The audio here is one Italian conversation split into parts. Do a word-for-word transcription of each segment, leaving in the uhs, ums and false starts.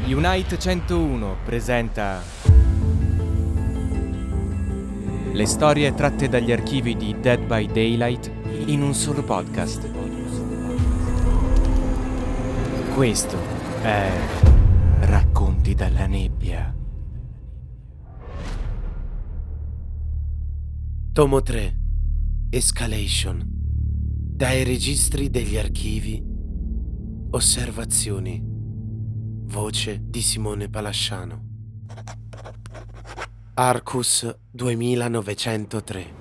Unite centouno presenta le storie tratte dagli archivi di Dead by Daylight in un solo podcast. Questo è Racconti dalla nebbia. Tomo tre. Escalation. Dai registri degli archivi. Osservazioni. Voce di Simone Palasciano. Arcus duemilanovecentotre.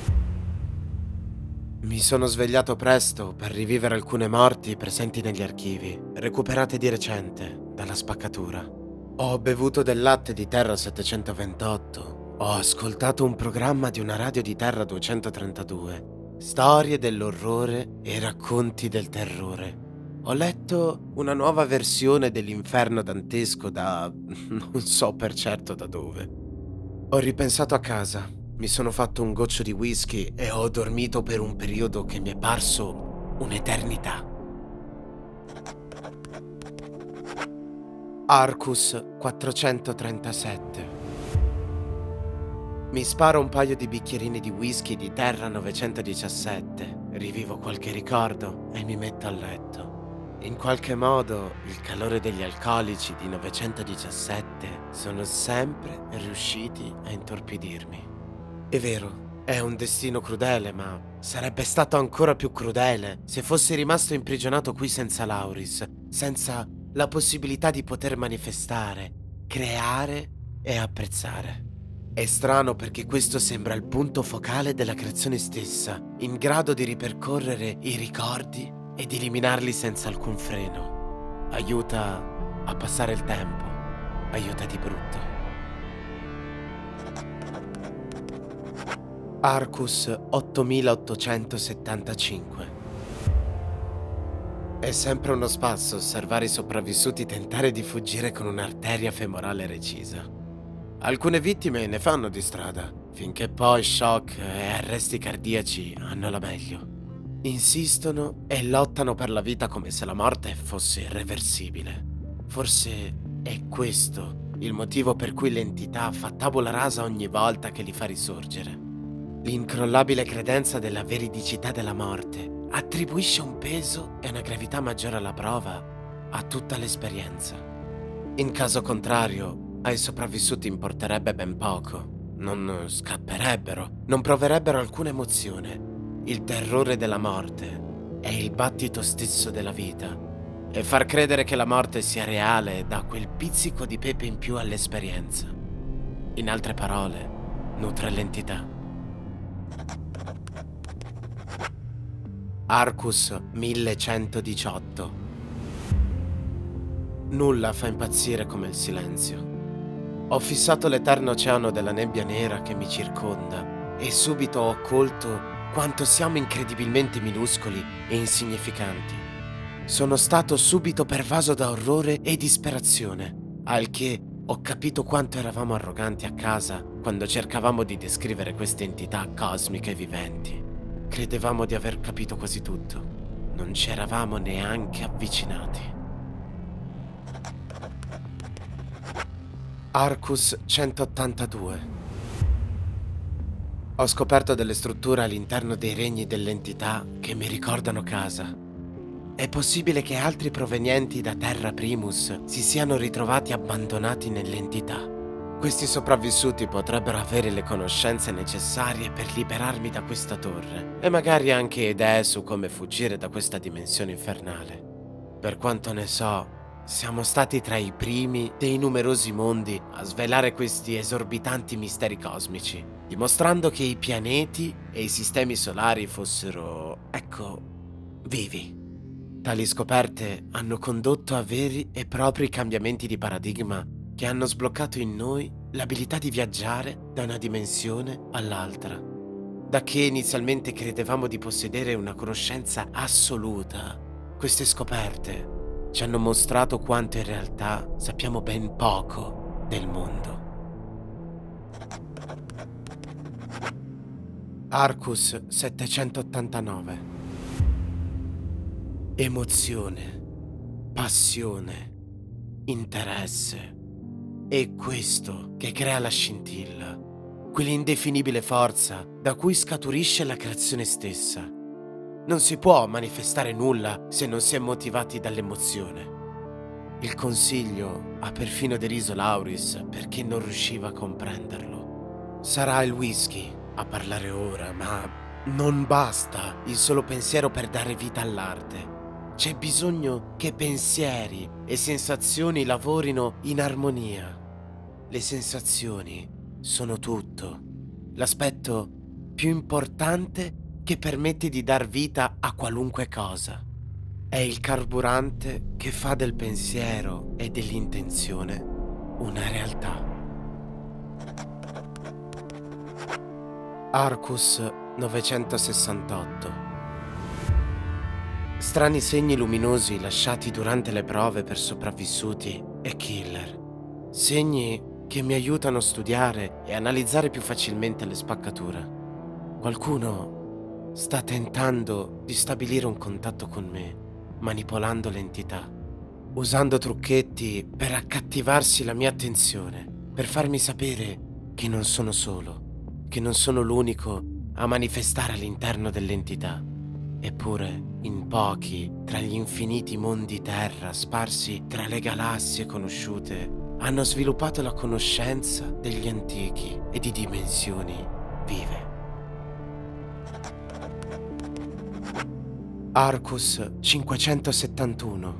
Mi sono svegliato presto per rivivere alcune morti presenti negli archivi, recuperate di recente dalla spaccatura. Ho bevuto del latte di Terra settecentoventotto. Ho ascoltato un programma di una radio di Terra duecentotrentadue. Storie dell'orrore e racconti del terrore. Ho letto una nuova versione dell'inferno dantesco da non so per certo da dove. Ho ripensato a casa, mi sono fatto un goccio di whisky e ho dormito per un periodo che mi è parso un'eternità. Arcus quattrocentotrentasette. Mi sparo un paio di bicchierini di whisky di Terra novecentodiciassette, rivivo qualche ricordo e mi metto a letto. In qualche modo il calore degli alcolici di novecentodiciassette sono sempre riusciti a intorpidirmi. È vero, è un destino crudele, ma sarebbe stato ancora più crudele se fossi rimasto imprigionato qui senza Lauris, senza la possibilità di poter manifestare, creare e apprezzare. È strano perché questo sembra il punto focale della creazione stessa, in grado di ripercorrere i ricordi ed eliminarli senza alcun freno. Aiuta a passare il tempo, aiuta di brutto. Arcus ottomilaottocentosettantacinque. È sempre uno spasso osservare i sopravvissuti tentare di fuggire con un'arteria femorale recisa. Alcune vittime ne fanno di strada, finché poi shock e arresti cardiaci hanno la meglio. Insistono e lottano per la vita come se la morte fosse irreversibile. Forse è questo il motivo per cui l'entità fa tabula rasa ogni volta che li fa risorgere. L'incrollabile credenza della veridicità della morte attribuisce un peso e una gravità maggiore alla prova a tutta l'esperienza. In caso contrario, ai sopravvissuti importerebbe ben poco. Non scapperebbero, non proverebbero alcuna emozione. Il terrore della morte è il battito stesso della vita e far credere che la morte sia reale dà quel pizzico di pepe in più all'esperienza. In altre parole, nutre l'entità. Arcus millecentodiciotto. Nulla fa impazzire come il silenzio. Ho fissato l'eterno oceano della nebbia nera che mi circonda e subito ho colto quanto siamo incredibilmente minuscoli e insignificanti. Sono stato subito pervaso da orrore e disperazione, al che ho capito quanto eravamo arroganti a casa quando cercavamo di descrivere queste entità cosmiche viventi. Credevamo di aver capito quasi tutto. Non ci eravamo neanche avvicinati. Arcus centottantadue. Ho scoperto delle strutture all'interno dei regni dell'entità che mi ricordano casa. È possibile che altri provenienti da Terra Primus si siano ritrovati abbandonati nell'entità. Questi sopravvissuti potrebbero avere le conoscenze necessarie per liberarmi da questa torre e magari anche idee su come fuggire da questa dimensione infernale. Per quanto ne so, siamo stati tra i primi dei numerosi mondi a svelare questi esorbitanti misteri cosmici, dimostrando che i pianeti e i sistemi solari fossero, ecco, vivi. Tali scoperte hanno condotto a veri e propri cambiamenti di paradigma che hanno sbloccato in noi l'abilità di viaggiare da una dimensione all'altra. Da che inizialmente credevamo di possedere una conoscenza assoluta, queste scoperte ci hanno mostrato quanto in realtà sappiamo ben poco del mondo. Arcus settecentottantanove. Emozione, passione, interesse. È questo che crea la scintilla, quell'indefinibile forza da cui scaturisce la creazione stessa. Non si può manifestare nulla se non si è motivati dall'emozione. Il consiglio ha perfino deriso Lauris perché non riusciva a comprenderlo. Sarà il whisky a parlare ora, ma non basta il solo pensiero per dare vita all'arte. C'è bisogno che pensieri e sensazioni lavorino in armonia. Le sensazioni sono tutto, l'aspetto più importante che permette di dar vita a qualunque cosa. È il carburante che fa del pensiero e dell'intenzione una realtà. Arcus novecentosessantotto. Strani segni luminosi lasciati durante le prove per sopravvissuti e killer. Segni che mi aiutano a studiare e analizzare più facilmente le spaccature. Qualcuno sta tentando di stabilire un contatto con me, manipolando l'entità, usando trucchetti per accattivarsi la mia attenzione, per farmi sapere che non sono solo, che non sono l'unico a manifestare all'interno dell'entità. Eppure, in pochi, tra gli infiniti mondi terra sparsi tra le galassie conosciute, hanno sviluppato la conoscenza degli antichi e di dimensioni vive. Arcus cinquecentosettantuno.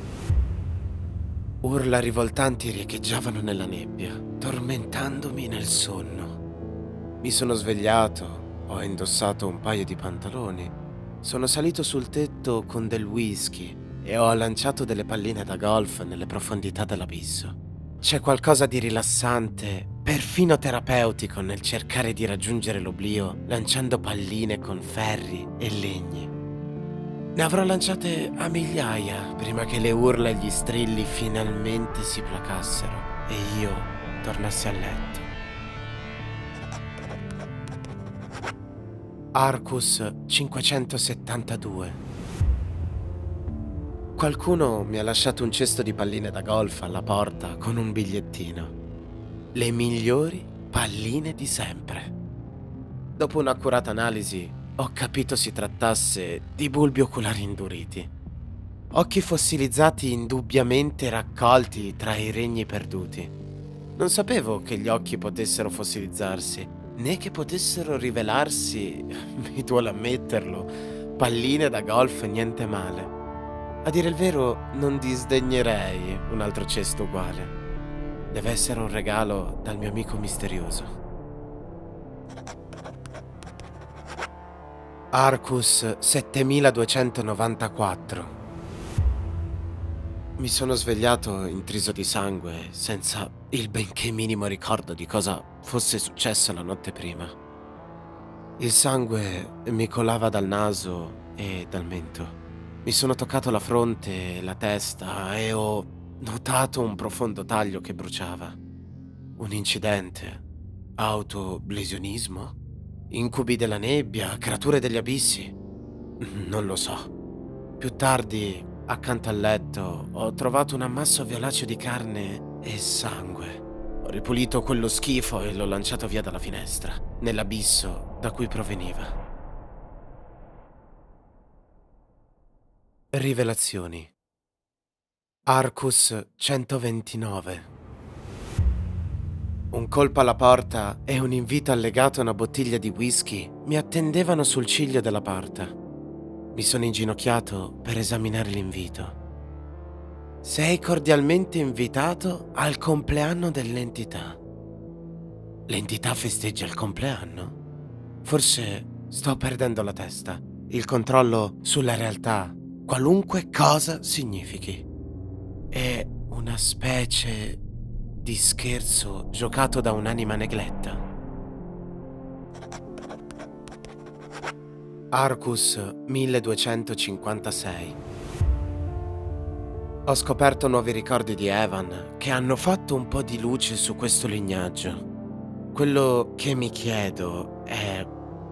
Urla rivoltanti riecheggiavano nella nebbia, tormentandomi nel sonno. Mi sono svegliato, ho indossato un paio di pantaloni, sono salito sul tetto con del whisky e ho lanciato delle palline da golf nelle profondità dell'abisso. C'è qualcosa di rilassante, perfino terapeutico, nel cercare di raggiungere l'oblio lanciando palline con ferri e legni. Ne avrò lanciate a migliaia prima che le urla e gli strilli finalmente si placassero e io tornassi a letto. Arcus cinquecentosettantadue. Qualcuno mi ha lasciato un cesto di palline da golf alla porta con un bigliettino. Le migliori palline di sempre. Dopo un'accurata analisi ho capito si trattasse di bulbi oculari induriti. Occhi fossilizzati indubbiamente raccolti tra i regni perduti. Non sapevo che gli occhi potessero fossilizzarsi, né che potessero rivelarsi, mi duole ammetterlo, palline da golf niente male. A dire il vero, non disdegnerei un altro cesto uguale. Deve essere un regalo dal mio amico misterioso. Arcus settemiladuecentonovantaquattro. Mi sono svegliato intriso di sangue, senza il benché minimo ricordo di cosa fosse successo la notte prima. Il sangue mi colava dal naso e dal mento. Mi sono toccato la fronte e la testa e ho notato un profondo taglio che bruciava. Un incidente? Autolesionismo? Incubi della nebbia? Creature degli abissi? Non lo so. Più tardi, accanto al letto, ho trovato un ammasso violaceo di carne e sangue. Ho ripulito quello schifo e l'ho lanciato via dalla finestra, nell'abisso da cui proveniva. Rivelazioni. Arcus centoventinove. Un colpo alla porta e un invito allegato a una bottiglia di whisky mi attendevano sul ciglio della porta. Mi sono inginocchiato per esaminare l'invito. Sei cordialmente invitato al compleanno dell'entità. L'entità festeggia il compleanno? Forse sto perdendo la testa, il controllo sulla realtà, qualunque cosa significhi. È una specie di scherzo giocato da un'anima negletta. Arcus milleduecentocinquantasei. Ho scoperto nuovi ricordi di Evan che hanno fatto un po' di luce su questo lignaggio. Quello che mi chiedo è: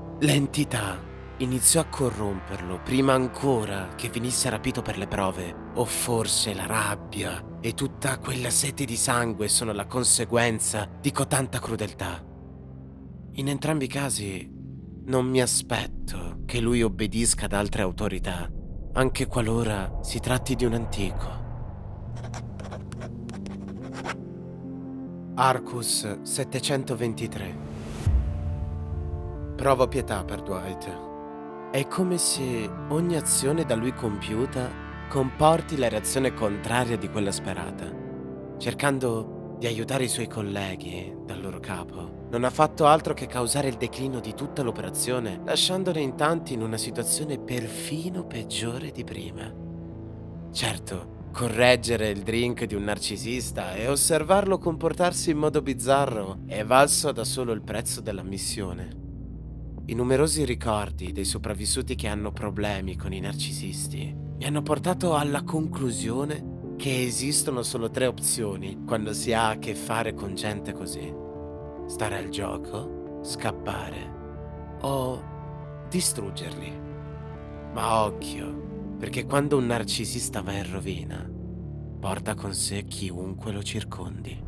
l'entità iniziò a corromperlo prima ancora che venisse rapito per le prove O forse la rabbia e tutta quella sete di sangue sono la conseguenza di cotanta crudeltà? In entrambi i casi non mi aspetto che lui obbedisca ad altre autorità, anche qualora si tratti di un antico. Arcus settecentoventitré. Provo pietà per Dwight. È come se ogni azione da lui compiuta comporti la reazione contraria di quella sperata. Cercando di aiutare i suoi colleghi dal loro capo, non ha fatto altro che causare il declino di tutta l'operazione, lasciandone in tanti in una situazione perfino peggiore di prima. Certo, correggere il drink di un narcisista e osservarlo comportarsi in modo bizzarro è valso da solo il prezzo della missione. I numerosi ricordi dei sopravvissuti che hanno problemi con i narcisisti mi hanno portato alla conclusione che esistono solo tre opzioni quando si ha a che fare con gente così: stare al gioco, scappare o distruggerli. Ma occhio, perché quando un narcisista va in rovina, porta con sé chiunque lo circondi.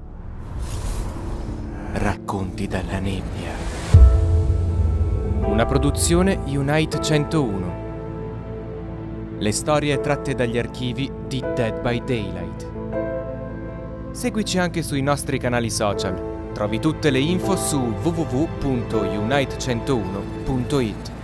Racconti dalla nebbia. Una produzione Unite centouno. Le storie tratte dagli archivi di Dead by Daylight. Seguici anche sui nostri canali social. Trovi tutte le info su w w w punto unite centouno punto it.